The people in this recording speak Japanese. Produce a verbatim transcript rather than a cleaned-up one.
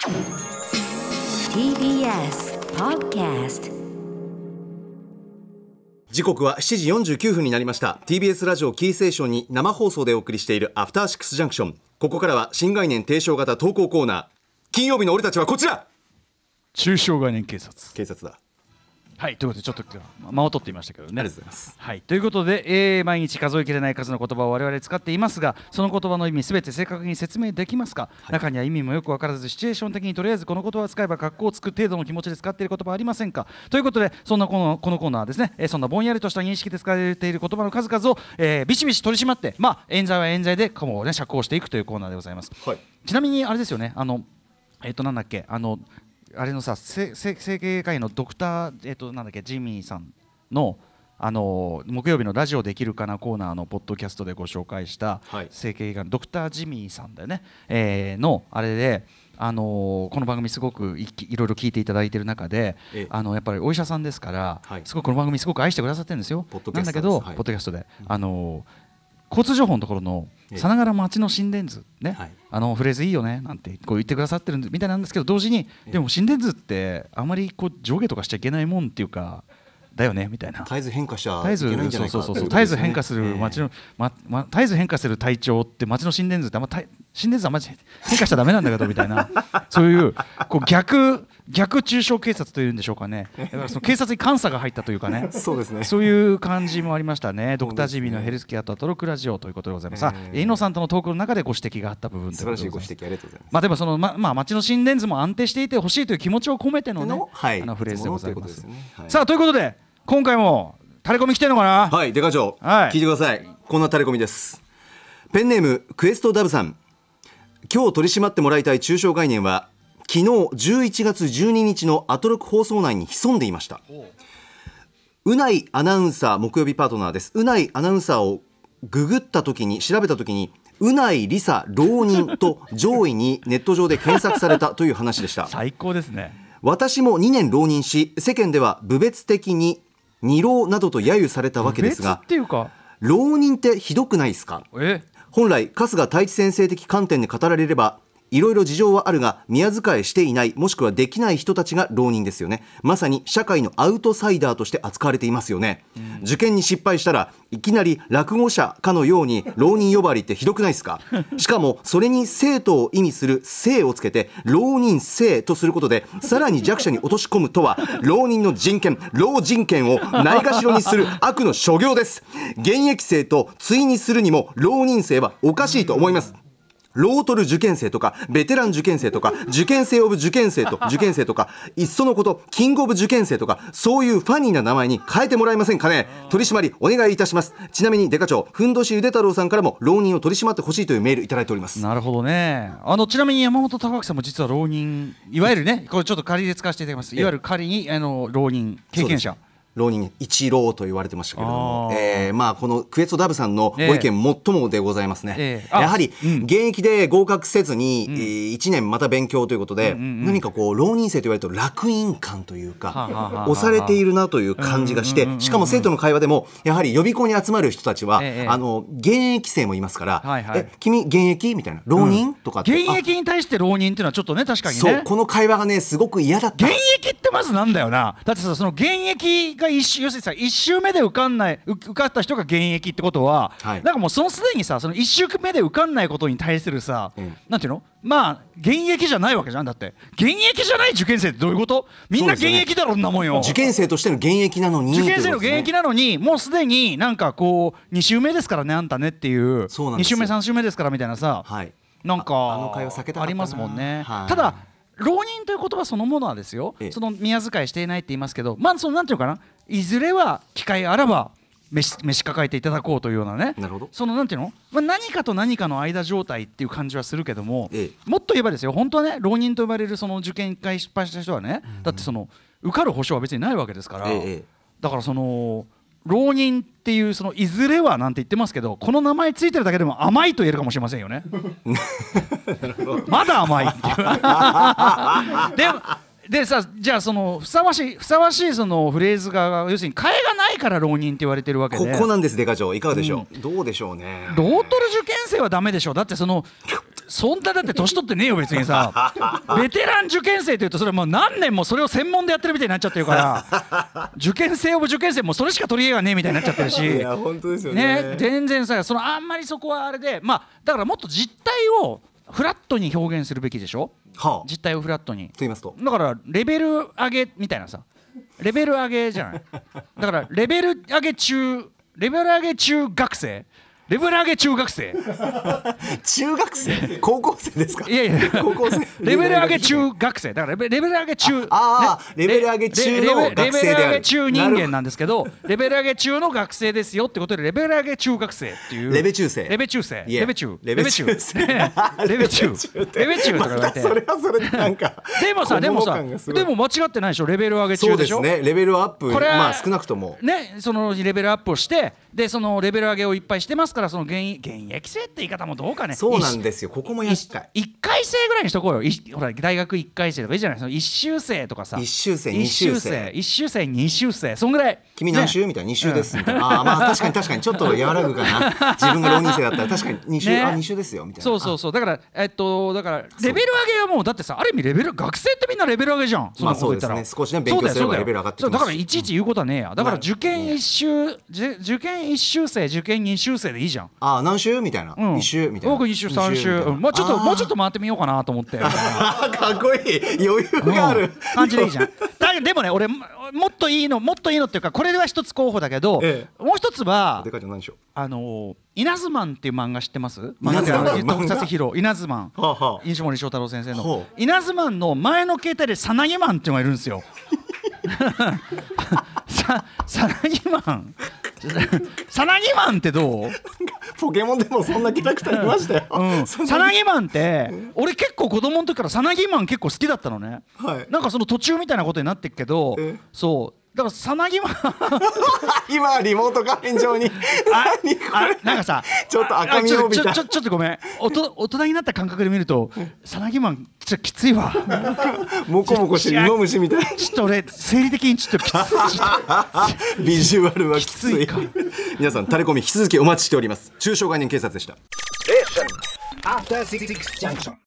ティービーエス Podcast。 時刻はしちじよんじゅうきゅうふんになりました。 ティービーエス ラジオキーステーションに生放送でお送りしているアフターシックスジャンクション。ここからは新概念提唱型投稿コーナー。金曜日の俺たちはこちら、 中小概念警察。 警察だ。 はい、ということでちょっと間を取っていましたけどね。 ありがとうございます。 はい、ということで、えー、毎日数えきれない数の言葉を我々使っていますが、その言葉の意味すべて正確に説明できますか、はい、中には意味もよく分からずシチュエーション的にとりあえずこの言葉を使えば格好をつく程度の気持ちで使っている言葉はありませんかということで、そんなこの、このコーナーはですね、えー、そんなぼんやりとした認識で使われている言葉の数々を、えー、ビシビシ取り締まって、まあ冤罪は冤罪でこう、ね、釈放していくというコーナーでございます。はい、ちなみにあれですよね、あのえっ、ー、となんだっけあのあれのさ、整形外科医のドクター、えー、となんだっけジミーさんの、あのー、木曜日のラジオできるかなコーナーのポッドキャストでご紹介した、はい、整形外科のドクタージミーさんだよね、えー、のあれで、あのー、この番組すごく い, いろいろ聞いていただいている中で、あのやっぱりお医者さんですから、はい、すごくこの番組すごく愛してくださってるんですよ。なんだけど、はい、ポッドキャストで、あのー交通情報のところのさながら町の心電図ね、はい、あのフレーズいいよねなんてこう言ってくださってるみたいなんですけど、同時にでも心電図ってあまりこう上下とかしちゃいけないもんっていうかだよねみたいな、 絶えず変化しちゃいけないんじゃないか、 そうそうそうそう、絶えず変化する町の、まま、絶えず変化する体調って町の心電図ってあんま心電図あんま変化しちゃダメなんだけどみたいなそういうこう逆逆中小警察というんでしょうかね。だからその警察に監査が入ったというかねそうですね、 そういう感じもありましたね。ドクタージミーのヘルスケアとアトロクラジオということでございます。さあ、イノさんとのトークの中でご指摘があった部分ということでございます。 素晴らしいご指摘ありがとうございます。 まあでもそのままあ町の心電図も安定していてほしいという気持ちを込めてのね、 はい、 あのフレーズでございます。 ということですね。はい、 さあということで今回もタレコミ来てるのかな。 はい、デカ長、はい、聞いてください。こんなタレコミです。ペンネームクエストダブさん。今日取り締まってもらいたい抽象概念は昨日じゅういちがつじゅうににちのアトロク放送内に潜んでいました。うないアナウンサー木曜日パートナーです。うないアナウンサーをググった時に調べた時にうないりさ浪人と上位にネット上で検索されたという話でした。 最高ですね。 私もにねん浪人し、世間では侮蔑的に二浪などと揶揄されたわけですが、 っていうか浪人ってひどくないですか。 え本来春日太一先生的観点で語られればいろいろ事情はあるが宮遣いしていない、もしくはできない人たちが浪人ですよね。まさに社会のアウトサイダーとして扱われていますよね。うん、受験に失敗したらいきなり落語者かのように浪人呼ばわりってひどくないですか。しかもそれに生徒を意味する生をつけて浪人生とすることでさらに弱者に落とし込むとは浪人の人権、浪人権をないがしろにする悪の所業です。現役生と対にするにも浪人生はおかしいと思います。ロートル受験生とかベテラン受験生とか受験生オブ受験生と受験生とかいっそのことキングオブ受験生とかそういうファニーな名前に変えてもらえませんかね。取り締まりお願いいたします。ちなみにデカ長ふんどしゆで太郎さんからも浪人を取り締まってほしいというメールいただいております。 なるほどね。あのちなみに山本隆明さんも実は浪人、いわゆるねこれちょっと仮で使わせていただきます。いわゆる仮にあの浪人経験者、 浪人一浪と言われてましたけれども、えーまあ、このクエストダブさんのご意見もっともでございますね。えー、やはり現役で合格せずに、うん、いちねんまた勉強ということで、うんうんうん、何かこう浪人生と言われると楽印感というか押されているなという感じがして、しかも生徒の会話でもやはり予備校に集まる人たちは、えー、あの現役生もいますから、はいはい、え君現役みたいな浪人、うん、とかって現役に対して浪人っていうのはちょっとね確かにね、 そうこの会話がねすごく嫌だった。 現役ってまずなんだよな。だってさその現役が一周要するにさいち周目で受かんない受かった人が現役ってことは、はい、なんかもうそのすでにさそのいち周目で受かんないことに対するさ、うん、なんていうのまあ現役じゃないわけじゃん。だって現役じゃない受験生ってどういうこと。みんな現役だろんなもんよ。 受験生としての現役なのに受験生の現役なのにもうすでになんかこうに周目ですからねあんたねっていうに周目さん周目ですからみたいなさ、はい、なんか あ, あの会話避けたかったなありますもんね。はい、ただ浪人という言葉そのものはですよ、その宮遣いしていないって言いますけど、まあそのなんていうかないずれは機会あらば召し、召し抱えていただこうというようなね、なるほどそのなんていうの、まあ、何かと何かの間状態っていう感じはするけども、ええ、もっと言えばですよ本当はね浪人と呼ばれるその受験一回失敗した人はね、うん、だってその受かる保証は別にないわけですから、ええ、だからその浪人っていうそのいずれはなんて言ってますけどこの名前ついてるだけでも甘いと言えるかもしれませんよねまだ甘いっていうでもでさじゃあそのふさわしいふさわしいそのフレーズが要するに替えがないから浪人って言われてるわけで、 ここなんですデカ長いかがでしょう、うん、どうでしょうね。 ロートル受験生はダメでしょ。だってそのそんなだって年取ってねえよ別にさベテラン受験生というとそれはもう何年もそれを専門でやってるみたいになっちゃってるから受験生オブ受験生もそれしか取り柄がねえみたいになっちゃってるしいや本当ですよ ね, ね全然さそのあんまりそこはあれでまあだからもっと実態をフラットに表現するべきでしょ、はあ、実態をフラットにと言いますとだからレベル上げみたいなさレベル上げじゃないだからレベル上げ中レベル上げ中学生レベル上げ中学生中学生高校生ですか。 いやいや高校生レベル上げ中学生だからレベレベル上げ中ああ、ね、レベル上げ中の学生であるレベル上げ中人間なんですけどレベル上げ中の学生ですよってことでレベル上げ中学生っていうレベ中生レベ中生レベ中レベ中レベ中レベ中レベ中とか言われてそれはそれでなんかでもさでもさでも間違ってないでしょレベル上げ中でしょ。 そうですねレベルアップこれまあ少なくともねそのレベルアップをしてでそのレベル上げをいっぱいしてますからその現現役生って言い方もどうかね。 そうなんですよここも厄介いっかい生ぐらいにしとこうよほら大学いっかい生とかいいじゃないそのいっ週生とかさいっ週生に週生いっ週生に週生そんぐらい君何週、ね、みたいなに週ですみたいな、うん、あまあ確かに確かにちょっと和らぐかな自分が浪人生だったら確かにに週、ね、あに週ですよみたいなそうそうそうだからえっとだからレベル上げはもうだってさある意味レベル学生ってみんなレベル上げじゃんまあそうですね少しね勉強すればレベル上がってきますだからいちいち言うことはねえやだから受験一週、ね、受験いっ週生受験に週生でいいじゃんあ何週みたいな、うん、いっ週みたいな僕いっ週さん週、うん、もうちょっともうちょっと回ってみようかなと思ってかっこいい余裕がある、うん、 感じでいいじゃんだでもね俺もっといいのもっといいのっていうかこれでは一つ候補だけど、ええ、もう一つはでかいじゃ何でしょうあの稲妻っていう漫画知ってます？稲妻特撮ヒーロー稲妻西森章太郎先生の稲妻の前の携帯でさなぎマンっていうのがいるんですよささなぎマンさなぎマンってどう？ ポケモンでもそんなキャラクターいましたよ、うん、 さなぎマンって俺結構子供の時からさなぎマン結構好きだったのね、はい、なんかその途中みたいなことになってるけどそうだからさなぎマン今リモート画面上にああなんかさちょっと赤みを帯びたちょちょちょっとごめんおと大人になった感覚で見るとさなぎマンちょっときついわモコモコしてる芋虫みたいなちょっと俺生理的にちょっときついビジュアルはきついきついか皆さんタレコミ引き続きお待ちしております。中小概念警察でした。